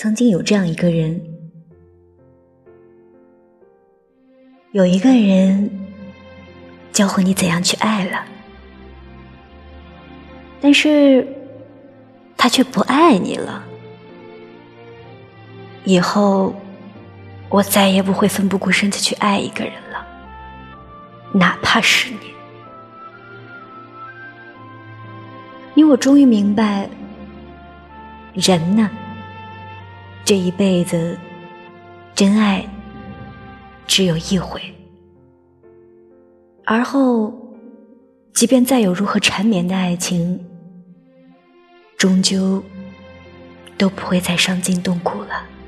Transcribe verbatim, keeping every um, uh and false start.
曾经有这样一个人，有一个人教会你怎样去爱了，但是他却不爱你了。以后我再也不会奋不顾身地去爱一个人了，哪怕十年。因为我终于明白，人呢，这一辈子真爱只有一回，而后即便再有如何缠绵的爱情，终究都不会再伤筋动骨了。